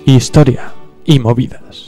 Historia y movidas.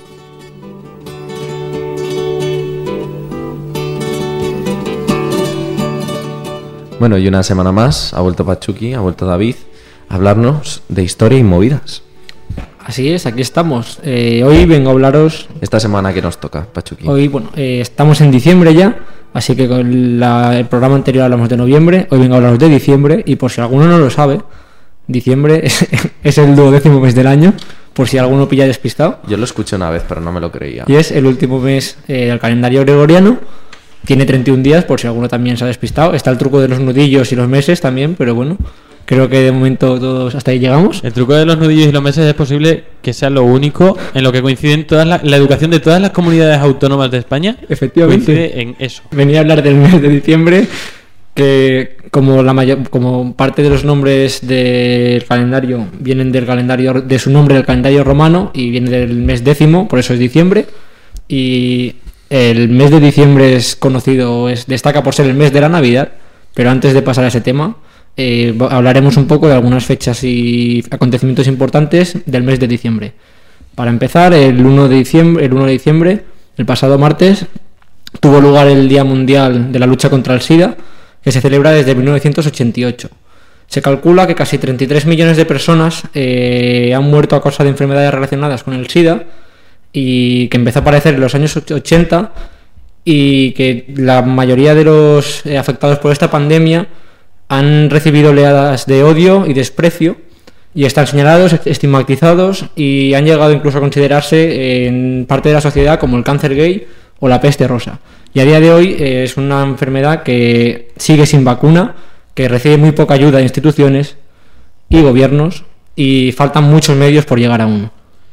Bueno, y una semana más ha vuelto Pachuqui, ha vuelto David a hablarnos de historia y movidas. Así es, aquí estamos. Hoy vengo a hablaros... Esta semana que nos toca, Pachuqui. Hoy, estamos en diciembre ya, así que con el programa anterior hablamos de noviembre, hoy vengo a hablaros de diciembre, y por si alguno no lo sabe, diciembre es el 12º mes del año, por si alguno pilla despistado. Yo lo escuché una vez, pero no me lo creía. Y es el último mes del calendario gregoriano. Tiene 31 días, por si alguno también se ha despistado. Está el truco de los nudillos y los meses también, pero bueno, creo que de momento todos hasta ahí llegamos. El truco de los nudillos y los meses es posible que sea lo único en lo que coinciden todas la educación de todas las comunidades autónomas de España. Efectivamente. Coincide en eso. Venía a hablar del mes de diciembre, que como parte de los nombres del calendario vienen del calendario, de su nombre del calendario romano, y viene del mes décimo, por eso es diciembre. Y el mes de diciembre es conocido, destaca por ser el mes de la Navidad. Pero antes de pasar a ese tema, hablaremos un poco de algunas fechas y acontecimientos importantes del mes de diciembre. Para empezar, el 1 de diciembre, el pasado martes, tuvo lugar el Día Mundial de la Lucha contra el SIDA, que se celebra desde 1988. Se calcula que casi 33 millones de personas han muerto a causa de enfermedades relacionadas con el SIDA, y que empezó a aparecer en los años 80, y que la mayoría de los afectados por esta pandemia han recibido oleadas de odio y desprecio, y están señalados, estigmatizados, y han llegado incluso a considerarse en parte de la sociedad como el cáncer gay o la peste rosa. Y a día de hoy es una enfermedad que sigue sin vacuna, que recibe muy poca ayuda de instituciones y gobiernos, y faltan muchos medios por llegar a uno.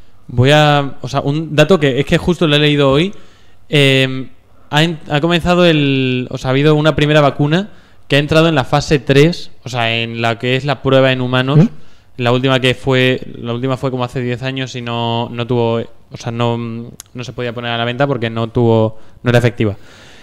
Un dato que es que justo lo he leído hoy. Ha comenzado ha habido una primera vacuna que ha entrado en la fase 3, o sea, en la que es la prueba en humanos. La última fue como hace 10 años y no tuvo, o sea, no se podía poner a la venta porque no era efectiva.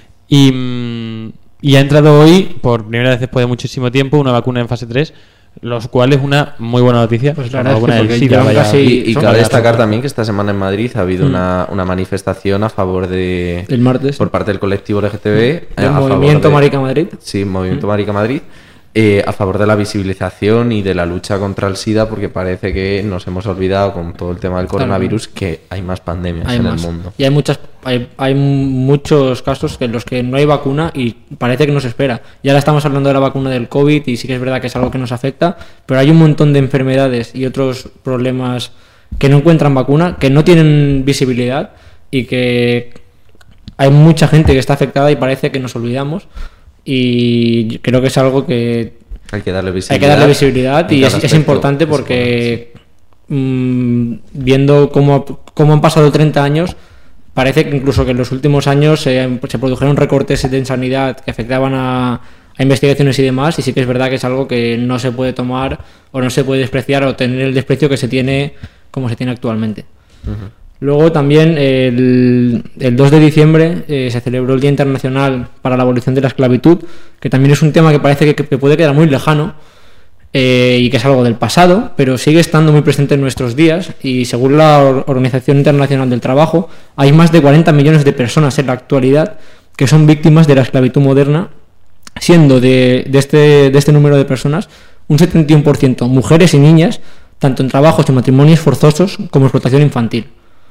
Y ha entrado hoy, por primera vez después de muchísimo tiempo, una vacuna en fase 3, los cuales es una muy buena noticia. Pues la verdad es que y cabe destacar también que esta semana en Madrid ha habido una manifestación a favor de... El martes. Por parte del colectivo LGTB. El Movimiento Marica Madrid. Sí, Movimiento Marica Madrid. A favor de la visibilización y de la lucha contra el SIDA, porque parece que nos hemos olvidado con todo el tema del coronavirus, que hay más pandemias el mundo. Y hay muchos casos en los que no hay vacuna y parece que no se espera. Y ahora estamos hablando de la vacuna del COVID, y sí que es verdad que es algo que nos afecta, pero hay un montón de enfermedades y otros problemas que no encuentran vacuna, que no tienen visibilidad, y que hay mucha gente que está afectada y parece que nos olvidamos. Y creo que es algo que hay que darle visibilidad, y es importante porque viendo cómo han pasado 30 años, parece que incluso que en los últimos años se produjeron recortes en sanidad que afectaban a investigaciones y demás, y sí que es verdad que es algo que no se puede tomar o no se puede despreciar o tener el desprecio que se tiene como se tiene actualmente. Uh-huh. Luego también el 2 de diciembre se celebró el Día Internacional para la Abolición de la Esclavitud, que también es un tema que parece que puede quedar muy lejano y que es algo del pasado, pero sigue estando muy presente en nuestros días, y según la Organización Internacional del Trabajo hay más de 40 millones de personas en la actualidad que son víctimas de la esclavitud moderna, siendo de este número de personas un 71% mujeres y niñas, tanto en trabajos y matrimonios forzosos como explotación infantil.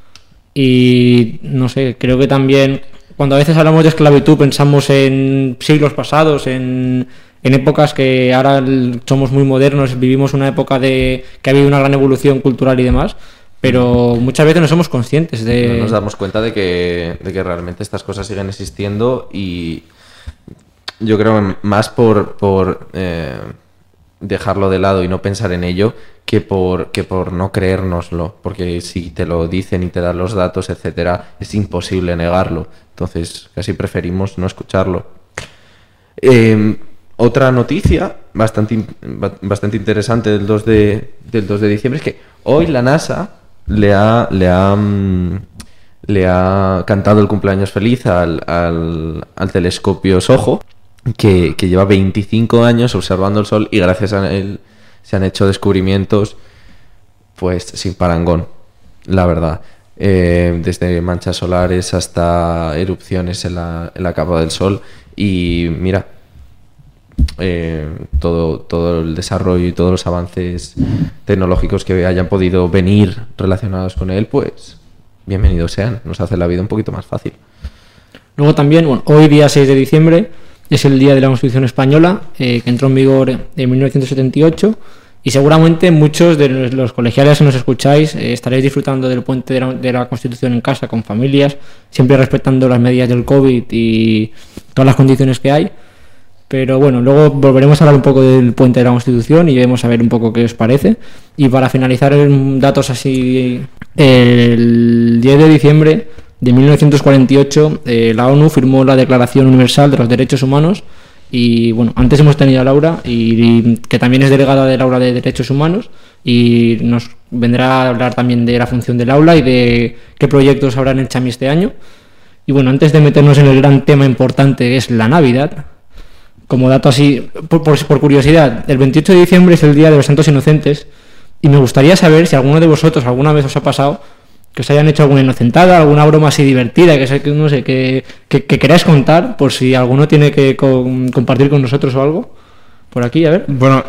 Y no sé, creo que también cuando a veces hablamos de esclavitud pensamos en siglos pasados, en épocas que ahora somos muy modernos, vivimos una época que ha habido una gran evolución cultural y demás, pero muchas veces no somos conscientes de... No nos damos cuenta de que realmente estas cosas siguen existiendo, y yo creo más por dejarlo de lado y no pensar en ello que por no creérnoslo, porque si te lo dicen y te dan los datos, etcétera, es imposible negarlo. Entonces casi preferimos no escucharlo. Otra noticia bastante interesante del 2 de diciembre es que hoy la NASA le ha cantado el cumpleaños feliz al telescopio SOHO, que lleva 25 años observando el Sol, y gracias a él se han hecho descubrimientos pues sin parangón, la verdad. Desde manchas solares hasta erupciones en la capa del Sol. Y mira, todo el desarrollo y todos los avances tecnológicos que hayan podido venir relacionados con él, pues bienvenidos sean. Nos hace la vida un poquito más fácil. Luego también, bueno, hoy día 6 de diciembre es el día de la Constitución Española, que entró en vigor en 1978. Y seguramente muchos de los colegiales que nos escucháis estaréis disfrutando del puente de la Constitución en casa con familias, siempre respetando las medidas del COVID y todas las condiciones que hay. Pero bueno, luego volveremos a hablar un poco del puente de la Constitución y veremos a ver un poco qué os parece. Y para finalizar datos así, el 10 de diciembre de 1948 la ONU firmó la Declaración Universal de los Derechos Humanos. Y bueno, antes hemos tenido a Laura, y que también es delegada del aula de Derechos Humanos, y nos vendrá a hablar también de la función del aula y de qué proyectos habrán en Chami este año. Y bueno, antes de meternos en el gran tema importante que es la Navidad, como dato así, por curiosidad, el 28 de diciembre es el Día de los Santos Inocentes, y me gustaría saber si alguno de vosotros alguna vez os ha pasado que os hayan hecho alguna inocentada, alguna broma así divertida, que no sé, que queráis contar, por si alguno tiene que compartir con nosotros o algo. Por aquí, a ver. Bueno,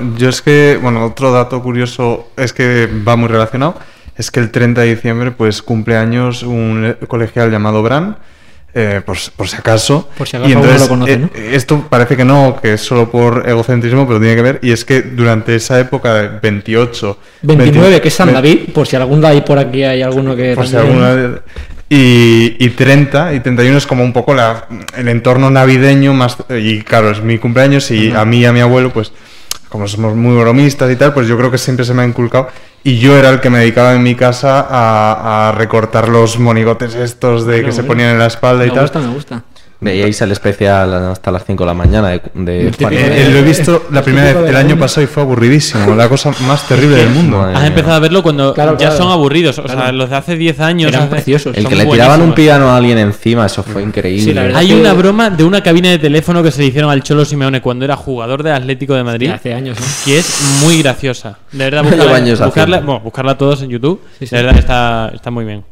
otro dato curioso es que va muy relacionado, es que el 30 de diciembre pues cumple años un colegial llamado Bran, por si acaso. Por si acaso y entonces, lo conoce, ¿no? Esto parece que no, que es solo por egocentrismo, pero tiene que ver, y es que durante esa época de 28... 29, que es San David, por si algún día por aquí hay alguno que... Por si alguna... Y 30 y 31 es como un poco el entorno navideño más... Y claro, es mi cumpleaños y a mí y a mi abuelo, pues como somos muy bromistas y tal, pues yo creo que siempre se me ha inculcado. Y yo era el que me dedicaba en mi casa a recortar los monigotes estos que se ponían en la espalda y tal. Me gusta. Veíais el especial hasta las 5 de la mañana de Lo he visto la primera vez el año pasado y fue aburridísimo, la cosa más terrible del mundo. Has empezado a verlo cuando ya son aburridos, o sea, los de hace 10 años eran preciosos. El que le tiraban un piano a alguien encima, eso fue increíble. Sí, la verdad. Hay una broma de una cabina de teléfono que se le hicieron al Cholo Simeone cuando era jugador del Atlético de Madrid, Hace años, ¿no? que es muy graciosa. De verdad, Lleva años buscarla todos en YouTube. Sí. De verdad está muy bien.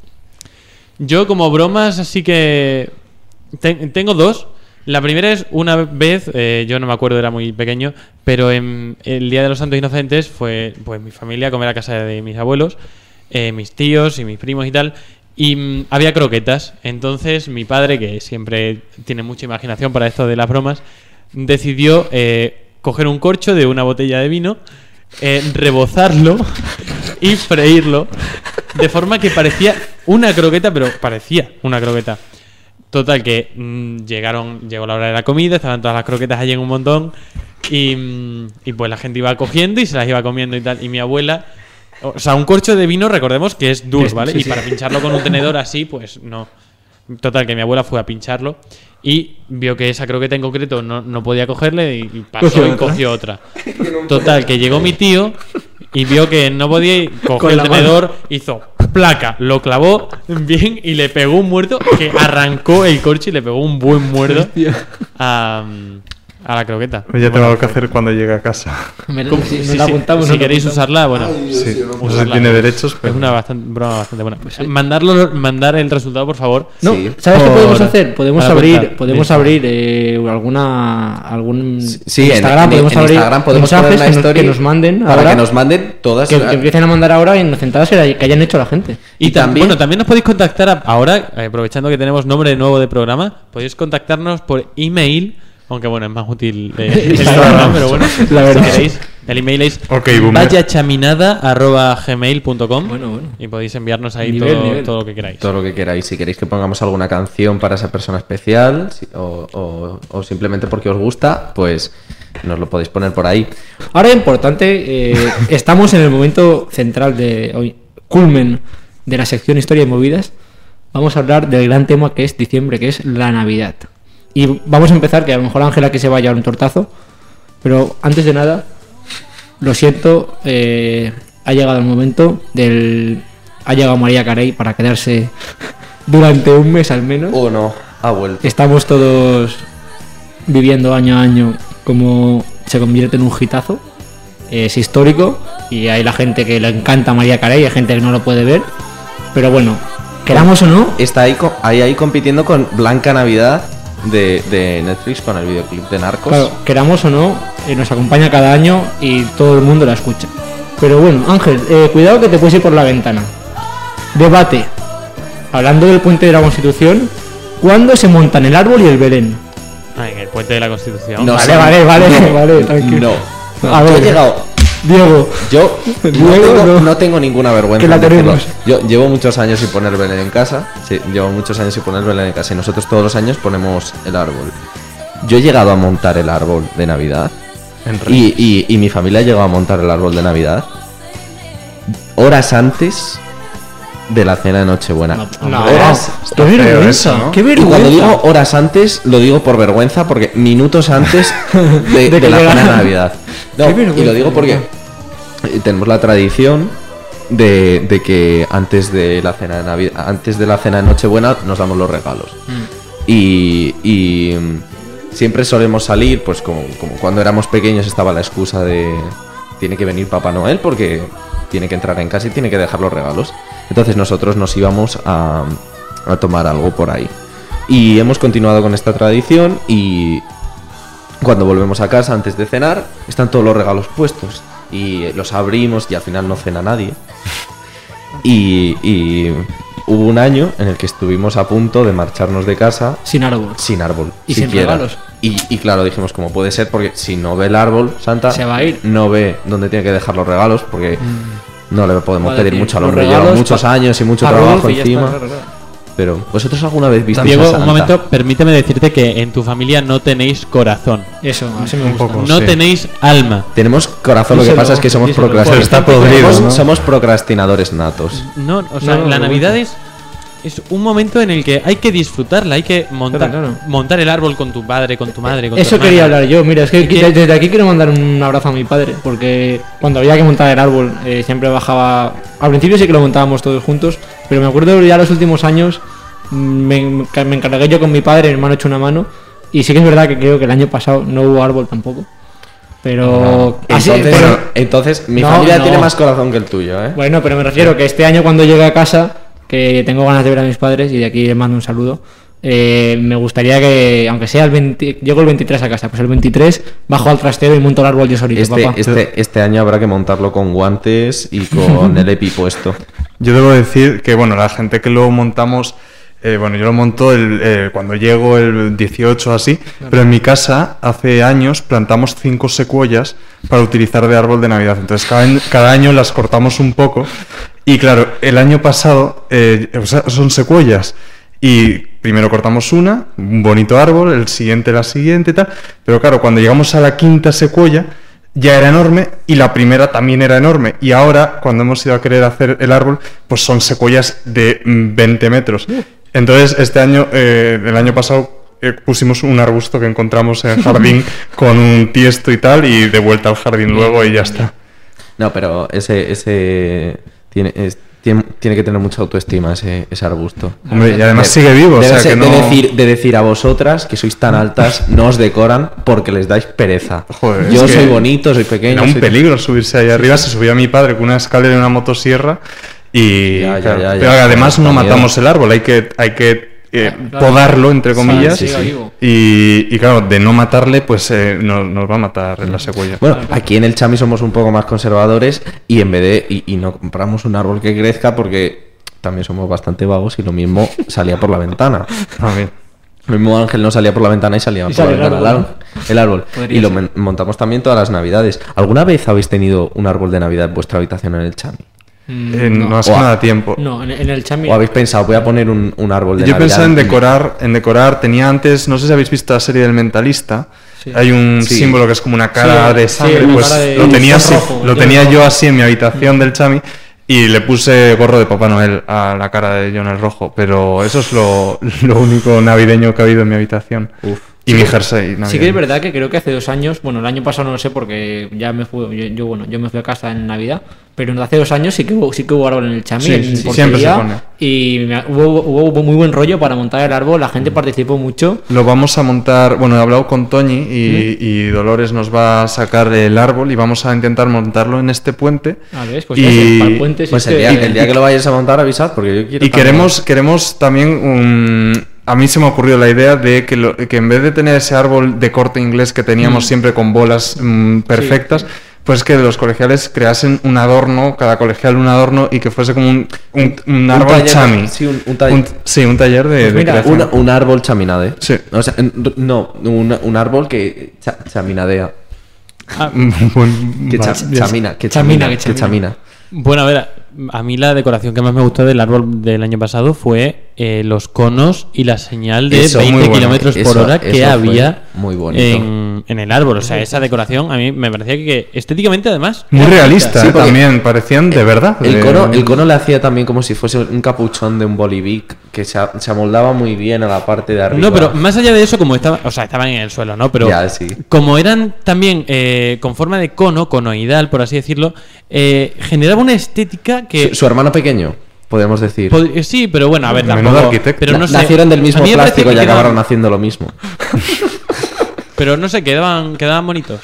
Yo como bromas así que tengo dos. La primera es una vez, yo no me acuerdo, era muy pequeño, pero en el Día de los Santos Inocentes fue pues mi familia a comer a casa de mis abuelos, mis tíos y mis primos y tal, y había croquetas. Entonces mi padre, que siempre tiene mucha imaginación para esto de las bromas, decidió coger un corcho de una botella de vino, rebozarlo y freírlo, de forma que parecía una croqueta, pero parecía una croqueta. Total, que llegó la hora de la comida, estaban todas las croquetas allí en un montón y pues la gente iba cogiendo y se las iba comiendo y tal. Y mi abuela, o sea, un corcho de vino, recordemos que es dulce, ¿vale? Sí, y sí. para pincharlo con un tenedor así, pues no. Total, que mi abuela fue a pincharlo y vio que esa croqueta en concreto no podía cogerle y pasó y cogió otra. Total, que llegó mi tío y vio que no podía y cogió Con el la tenedor, hizo placa, lo clavó bien y le pegó un muerto que arrancó el corcho y le pegó un buen muerdo a la croqueta. Pues ya tengo algo que hacer cuando llegue a casa. Nos la apuntamos. Si queréis usarla, bueno, Sí, no sé si usarla. tiene derechos, Es pero... una broma bastante buena. Mandar el resultado, por favor. No, Sí. ¿sabes qué podemos Por- hacer? Podemos para abrir, contar. podemos Sí. abrir algún Sí, Instagram, podemos en abrir Instagram podemos poner mensajes la que story nos manden para ahora, que nos manden todas. que empiecen a mandar ahora inocentadas que hayan hecho la gente. Y Y también- también nos podéis contactar ahora, aprovechando que tenemos nombre nuevo de programa, podéis contactarnos por email, aunque bueno, es más útil el Instagram, pero bueno, La verdad. si queréis, el email es Ok, boomer. vayachaminada@gmail.com Bueno. y podéis enviarnos ahí Nivel. todo lo que queráis. Todo lo que queráis. Si queréis que pongamos alguna canción para esa persona especial o simplemente porque os gusta, pues nos lo podéis poner por ahí. Ahora importante, estamos en el momento central de hoy, culmen de la sección Historia y Movidas. Vamos a hablar del gran tema que es diciembre, que es la Navidad. Y vamos a empezar, que a lo mejor Ángela que se vaya a un tortazo, pero antes de nada, lo siento, ha llegado el momento ha llegado María Carey para quedarse durante un mes al menos. O no, ha vuelto. Estamos todos viviendo año a año como se convierte en un hitazo. Es histórico. y hay la gente que le encanta Mariah Carey, hay gente que no lo puede ver, pero bueno, queramos o no, Está ahí compitiendo con Blanca Navidad de Netflix con el videoclip de Narcos. claro, queramos o no, nos acompaña cada año y todo el mundo la escucha. Pero bueno, Ángel, cuidado que te puedes ir por la ventana. Debate. Hablando del puente de la Constitución, ¿cuándo se montan el árbol y el Belén? En el puente de la Constitución. No Vale, sé. vale, tranquilo. No. A Yo ver, he llegado. Diego, Yo Diego, no tengo ninguna vergüenza. Que la en decirlo. tenemos. Yo llevo muchos años sin poner Belén en casa. Sí, llevo muchos años sin poner Belén en casa. Y nosotros todos los años ponemos el árbol. Yo he llegado a montar el árbol de Navidad. Y mi familia ha llegado a montar el árbol de Navidad horas antes de la cena de Nochebuena. no, Horas. qué vergüenza, eso, ¿no? qué Y cuando vergüenza. digo horas antes, lo digo por vergüenza, porque minutos antes de que la llegara. cena de Navidad. No, Qué y vergüenza, lo digo porque tenemos la tradición de que antes de la cena de Navidad, antes de la cena de Nochebuena, nos damos los regalos. Y siempre solemos salir, pues como cuando éramos pequeños estaba la excusa de tiene que venir Papá Noel porque tiene que entrar en casa y tiene que dejar los regalos. Entonces nosotros nos íbamos a tomar algo por ahí. Y hemos continuado con esta tradición y cuando volvemos a casa antes de cenar están todos los regalos puestos y los abrimos y al final no cena nadie. Y hubo un año en el que estuvimos a punto de marcharnos de casa Sin árbol. sin árbol. Y sin siquiera. regalos. Y claro, dijimos, ¿cómo puede ser? Porque si no ve el árbol, Santa Se va a ir. no ve dónde tiene que dejar los regalos, porque no le podemos Va a pedir decir, mucho al los hombre. Lleva regalos muchos pa- años y mucho a trabajo Rudolf y ya está, encima. claro. Pero, ¿vosotros alguna vez visteis a Diego, Santa? un momento, permíteme decirte que en tu familia no tenéis corazón. Eso, así me Un gusta. poco. No Sí. tenéis alma. Tenemos corazón, lo que Díselo, pasa es que somos díselo. Pero está procrastinadores. podrido, ¿no? Somos procrastinadores natos. No, o sea, No, la no, Navidad es un momento en el que hay que disfrutarla, hay que montar, Claro. montar el árbol con tu padre, con tu madre, con tu Eso hermana. quería hablar yo, mira, es que ¿Y qué? desde aquí quiero mandar un abrazo a mi padre, porque cuando había que montar el árbol siempre bajaba, al principio sí que lo montábamos todos juntos, pero me acuerdo ya los últimos años me encargué yo con mi padre, mi hermano echó una mano, y sí que es verdad que creo que el año pasado no hubo árbol tampoco, pero... así- Entonces, mi No, familia no. tiene más corazón que el tuyo, ¿eh? Bueno, pero me refiero que este año cuando llegue a casa, que tengo ganas de ver a mis padres, y de aquí les mando un saludo, me gustaría que, aunque sea el 20, llego el 23 a casa, pues el 23 bajo al trastero y monto el árbol yo solito, papá. Este año habrá que montarlo con guantes y con el EPI puesto. Yo debo decir que, bueno, la gente que lo montamos, bueno, yo lo monto cuando llego el 18 así, pero en mi casa hace años plantamos 5 secuoyas para utilizar de árbol de Navidad. Entonces cada año las cortamos un poco y claro, el año pasado, o sea, son secuoyas. Y primero cortamos un bonito árbol, el siguiente la siguiente y tal, pero claro, cuando llegamos a la quinta secuoya ya era enorme y la primera también era enorme. Y ahora, cuando hemos ido a querer hacer el árbol, pues son secuoyas de 20 metros. Entonces, este año, el año pasado, pusimos un arbusto que encontramos en el jardín con un tiesto y tal, y de vuelta al jardín luego y ya está. No, pero ese tiene que tener mucha autoestima ese arbusto. Hombre, y además sigue vivo, o sea que no... de decir a vosotras que sois tan altas, no os decoran porque les dais pereza. Joder, Yo es que soy bonito, soy pequeño. Era un soy- peligro subirse ahí arriba, se subía mi padre con una escalera y una motosierra y Ya, claro, ya, pero además no da miedo. matamos el árbol, hay que Claro. podarlo entre comillas Sí, sí, sí. y claro, de no matarle pues nos va a matar en la secuoya. Bueno, aquí en el Chami somos un poco más conservadores y en vez de y no compramos un árbol que crezca porque también somos bastante vagos y lo mismo salía por la ventana. Ah, bien. Lo mismo Ángel no salía por la ventana y salía por la sale el ventana árbol, el árbol. Podría Y lo ser. montamos también todas las navidades. ¿Alguna vez habéis tenido un árbol de Navidad en vuestra habitación en el Chami? No hace O a- nada tiempo. No, en el Chami. ¿O habéis pensado, voy a poner un árbol de Yo Navidad? pensaba en decorar, tenía antes, no sé si habéis visto la serie del Mentalista, Sí. hay un Sí. símbolo que es como una cara Sí, de sí, sangre, una pues cara de- lo tenía un así, rojo, lo un tenía rojo. yo así en mi habitación del Chami y le puse gorro de Papá Noel a la cara de John el Rojo, pero eso es lo único navideño que ha habido en mi habitación. Uf. y mi jersey navideño. Sí que es verdad que creo que hace 2 años, bueno, el año pasado no lo sé porque ya me fui, yo me fui a casa en Navidad, pero hace 2 años sí que hubo árbol en el Chamí, Sí, en sí, sí, portería, siempre se pone. y hubo muy buen rollo para montar el árbol, la gente participó mucho. Lo vamos a montar, bueno, he hablado con Toñi y Dolores nos va a sacar el árbol y vamos a intentar montarlo en este puente. A ver, pues Y- para el puente, Pues sí, el día que lo vayas a montar, avisad, porque yo quiero. Y también. queremos también a mí se me ocurrió la idea de que en vez de tener ese árbol de corte inglés que teníamos siempre con bolas perfectas, pues que los colegiales creasen un adorno, cada colegial un adorno, y que fuese como un árbol taller, chami. sí, un taller. Un taller de, Pues mira, de creación. Un árbol chaminade. Sí. O sea, no, un árbol que chaminadea. Que chamina. Que chamina. Bueno, a ver, a mí la decoración que más me gustó del árbol del año pasado fue los conos y la señal de Eso, muy 20 bueno. kilómetros por Eso- hora eso que fue había muy bonito. en el árbol. O sea, esa decoración a mí me parecía que estéticamente además... Muy era realista, Sí, porque también, parecían de verdad. El cono le hacía también como si fuese un capuchón de un bolivic que se amoldaba muy bien a la parte de arriba. No, pero más allá de eso, como estaba, o sea, estaban en el suelo, ¿no? Pero Ya, sí. como eran también con forma de cono, conoidal, por así decirlo, generaba una estética que... Su hermano pequeño, podemos decir. Sí, pero bueno, a ver, Menudo tampoco... arquitecto. Pero no sé, Nacieron del a mismo mí me parecía plástico y que acabaron quedaban- haciendo lo mismo. Pero no sé, quedaban bonitos.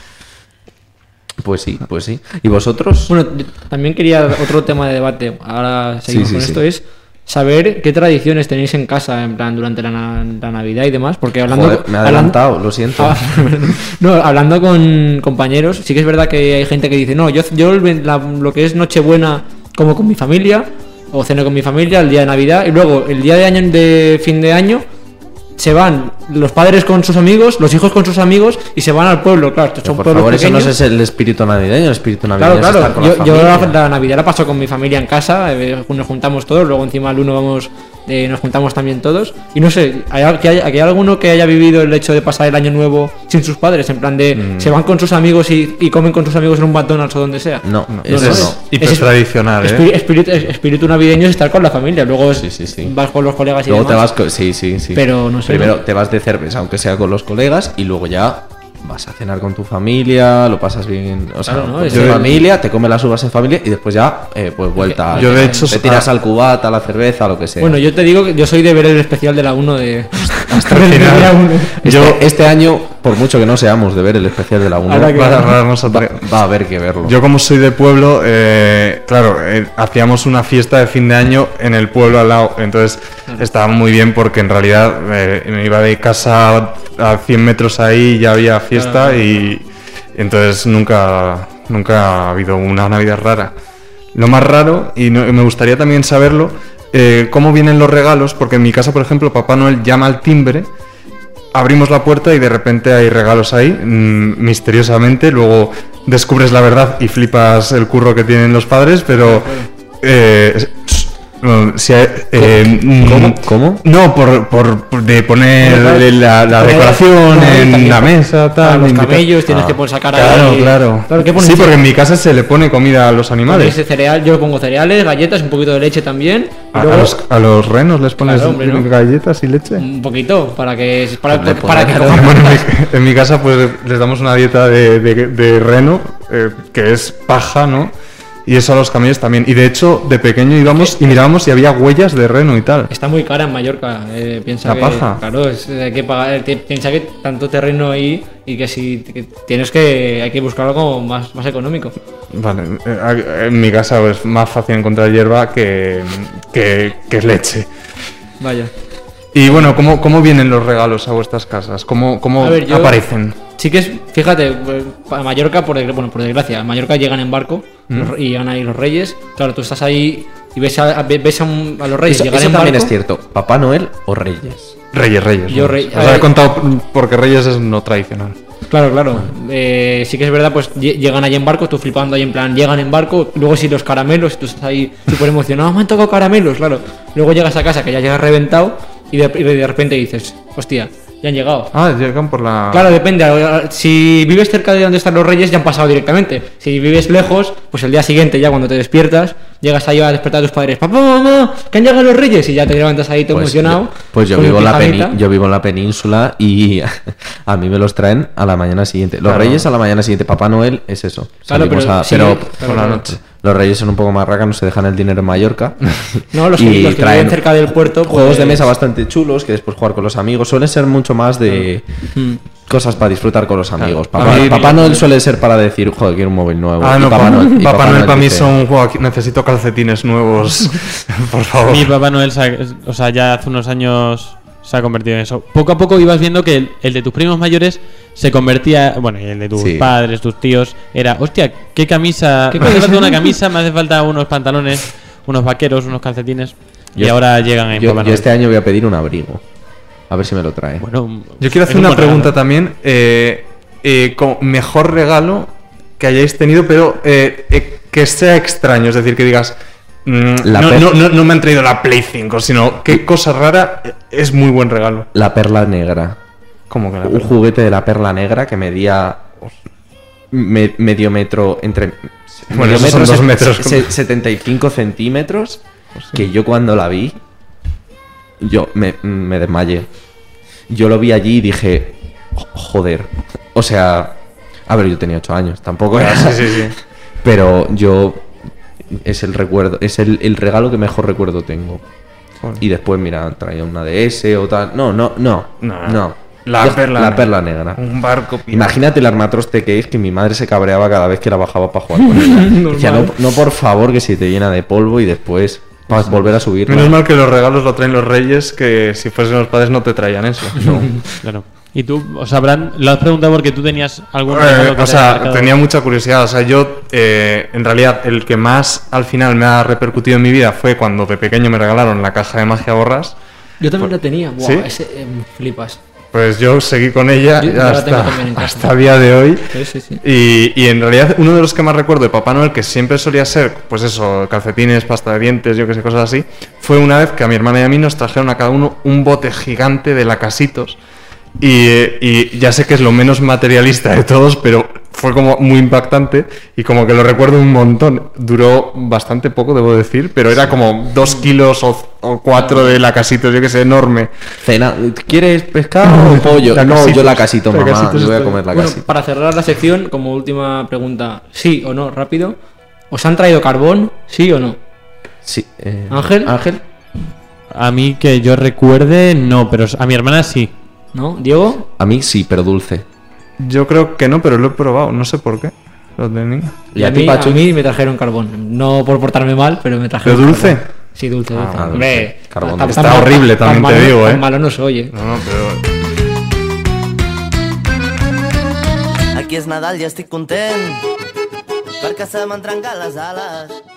Pues sí, pues sí. ¿Y vosotros? Bueno, yo también quería otro tema de debate, ahora seguimos Sí, con sí, esto, sí. es saber qué tradiciones tenéis en casa, en plan, durante la Navidad y demás, porque hablando... Joder, me he adelantado, lo siento. No, hablando con compañeros, sí que es verdad que hay gente que dice, no, yo lo que es Nochebuena como con mi familia, o ceno con mi familia, el día de Navidad, y luego el día de fin de año, se van los padres con sus amigos, los hijos con sus amigos, y se van al pueblo, claro, estos son Por pueblos favor, eso no pequeños. es el espíritu navideño. El espíritu navideño Claro, es estar claro. con Yo la la familia. Navidad la paso con mi familia en casa, nos juntamos todos, luego encima el 1 vamos, nos juntamos también todos. Y no sé, ¿hay alguno que haya vivido el hecho de pasar el año nuevo sin sus padres? En plan de, se van con sus amigos y comen con sus amigos en un McDonald's o donde sea. No, No, eso no, no. Es hiper tradicional, ¿eh? Espíritu navideño es estar con la familia, luego Sí, sí, sí. vas con los colegas y Luego te demás. vas con... Sí, sí, sí. Pero no sé, Primero ¿no? te vas de cerveza, aunque sea con los colegas, y luego ya vas a cenar con tu familia, lo pasas bien, o sea, Claro, ¿no? con Es tu el- familia, te comes las uvas en familia y después ya, pues vuelta. Yo, de hecho, te tiras al cubata, a la cerveza, lo que sea. Bueno, yo te digo que yo soy de ver el especial de la 1 de... Hasta el final. este año, por mucho que no seamos de ver el especial de la 1, Ahora que- Vamos a traer- va a haber que verlo. Yo como soy de pueblo, claro, hacíamos una fiesta de fin de año en el pueblo al lado, entonces estaba muy bien porque en realidad me iba de casa a 100 metros ahí y ya había fiesta Claro. y entonces nunca ha habido una Navidad rara. Lo más raro, y me gustaría también saberlo, cómo vienen los regalos, porque en mi casa, por ejemplo, Papá Noel llama al timbre, abrimos la puerta y de repente hay regalos ahí, misteriosamente, luego descubres la verdad y flipas el curro que tienen los padres, pero... ¿Cómo? No, de poner la decoración en la mesa, tal. Para los invitar- camellos tienes que sacar Claro, ahí... claro. ¿qué pones? Sí, porque en mi casa se le pone comida a los animales. Ese cereal, yo le pongo cereales, galletas, un poquito de leche también. Y A luego a los renos les pones Claro, hombre, ¿no? galletas y leche. un poquito, para que Hombre, para que claro. coman. Bueno, en mi casa pues les damos una dieta de reno, que es paja, ¿no? Y eso a los camellos también. Y de hecho, de pequeño íbamos y mirábamos y había huellas de reno y tal. Está muy cara en Mallorca. Piensa La que, paja. Claro, hay que pagar. Piensa que tanto terreno ahí y que si hay que buscar algo más económico. Vale, en mi casa es más fácil encontrar hierba que leche. Vaya. Y bueno, ¿cómo vienen los regalos a vuestras casas? ¿Cómo A ver, yo- aparecen? Sí que es, fíjate, a Mallorca, por desgracia, a Mallorca llegan en barco y llegan ahí los reyes. Claro, tú estás ahí y ves a los reyes Eso, llegar eso en también barco. es cierto. ¿Papá Noel o Reyes? Reyes. Yo ¿no? rey- Os he contado porque Reyes es no tradicional. Claro. Sí que es verdad, pues llegan ahí en barco, tú flipando ahí en plan, llegan en barco, luego si los caramelos, tú estás ahí súper emocionado, me han tocado caramelos, claro. Luego llegas a casa que ya llegas reventado y de repente dices, hostia, Ya han llegado. Ah, llegan por la... Claro, depende. Si vives cerca de donde están los reyes, ya han pasado directamente. Si vives lejos, pues el día siguiente, ya cuando te despiertas, llegas ahí a despertar a tus padres. Papá, mamá, que han llegado los reyes. Y ya te levantas ahí todo emocionado. Yo vivo en la península y a mí me los traen a la mañana siguiente. Los reyes a la mañana siguiente. Papá Noel es eso. Claro, pero por la noche. Los reyes son un poco más racanos, se dejan el dinero en Mallorca. No, los que viven cerca del puerto. Juegos pues... de mesa bastante chulos que después jugar con los amigos. Suelen ser mucho más de cosas para disfrutar con los amigos. Papá Noel suele ser para decir, joder, quiero un móvil nuevo. Ah, no, Papá Noel para mí son, necesito calcetines nuevos. Por favor. Mi Papá Noel, ya hace unos años se ha convertido en eso. Poco a poco ibas viendo que el de tus primos mayores se convertía, bueno, y el de tus padres, tus tíos, era, hostia, qué camisa, me hace falta una camisa, me hace falta unos pantalones, unos vaqueros, unos calcetines, y ahora llegan en Papá Noel. Yo este año voy a pedir un abrigo, a ver si me lo trae. Bueno, yo quiero hacer una pregunta también, con mejor regalo que hayáis tenido, pero que sea extraño, es decir, que digas... No me han traído la Play 5, sino qué cosa rara es muy buen regalo. La perla negra. ¿Cómo que un juguete de la perla negra que medía medio metro entre... Bueno, esos son 2 metros. 75 centímetros. Pues sí. Que yo cuando la vi, yo me desmayé. Yo lo vi allí y dije, joder. O sea, a ver, yo tenía 8 años, tampoco era... Sí. Pero yo... Es el recuerdo, es el regalo que mejor recuerdo tengo. Joder. Y después, mira, traía una DS o tal. No. La perla negra. Un barco pirata. Imagínate el armatroste que es, que mi madre se cabreaba cada vez que la bajaba para jugar con ella. Decía, no, por favor, que se te llena de polvo y después para volver a subirla. Menos mal que los regalos lo traen los reyes, que si fuesen los padres no te traían eso. No. Claro. Y tú, lo has preguntado porque tú tenías algún regalo que tenía mucha curiosidad. O sea, yo, en realidad, el que más al final me ha repercutido en mi vida fue cuando de pequeño me regalaron la caja de Magia Borras. Yo también la tenía. Wow, ¿sí? Ese, flipas. Pues yo seguí con ella hasta el día de hoy. Sí. Y en realidad, uno de los que más recuerdo de Papá Noel, que siempre solía ser, pues eso, calcetines, pasta de dientes, yo que sé, cosas así, fue una vez que a mi hermana y a mí nos trajeron a cada uno un bote gigante de Lacasitos. Y ya sé que es lo menos materialista de todos, pero fue como muy impactante y como que lo recuerdo un montón. Duró bastante poco, debo decir, pero era como 2 kilos o 4 de Lacasitos, yo que sé, enorme. Cena, ¿quieres pescado o pollo? No, yo Lacasito, mamá, yo voy a comer Lacasito. Bueno, para cerrar la sección, como última pregunta, ¿sí o no? Rápido. ¿Os han traído carbón? ¿Sí o no? Sí. ¿Ángel? A mí que yo recuerde, no, pero a mi hermana sí. ¿No? ¿Diego? A mí sí, pero dulce. Yo creo que no, pero lo he probado, no sé por qué. Lo tenía. ¿Y a ti, Pachu? A mí me trajeron carbón. No por portarme mal, pero me trajeron. ¿Pero dulce? Carbón. Sí, dulce. Hombre, carbón. Está horrible, también te digo, Tan malo no soy, No, pero... Aquí és Nadal i estic content perquè se m'han trencat les ales.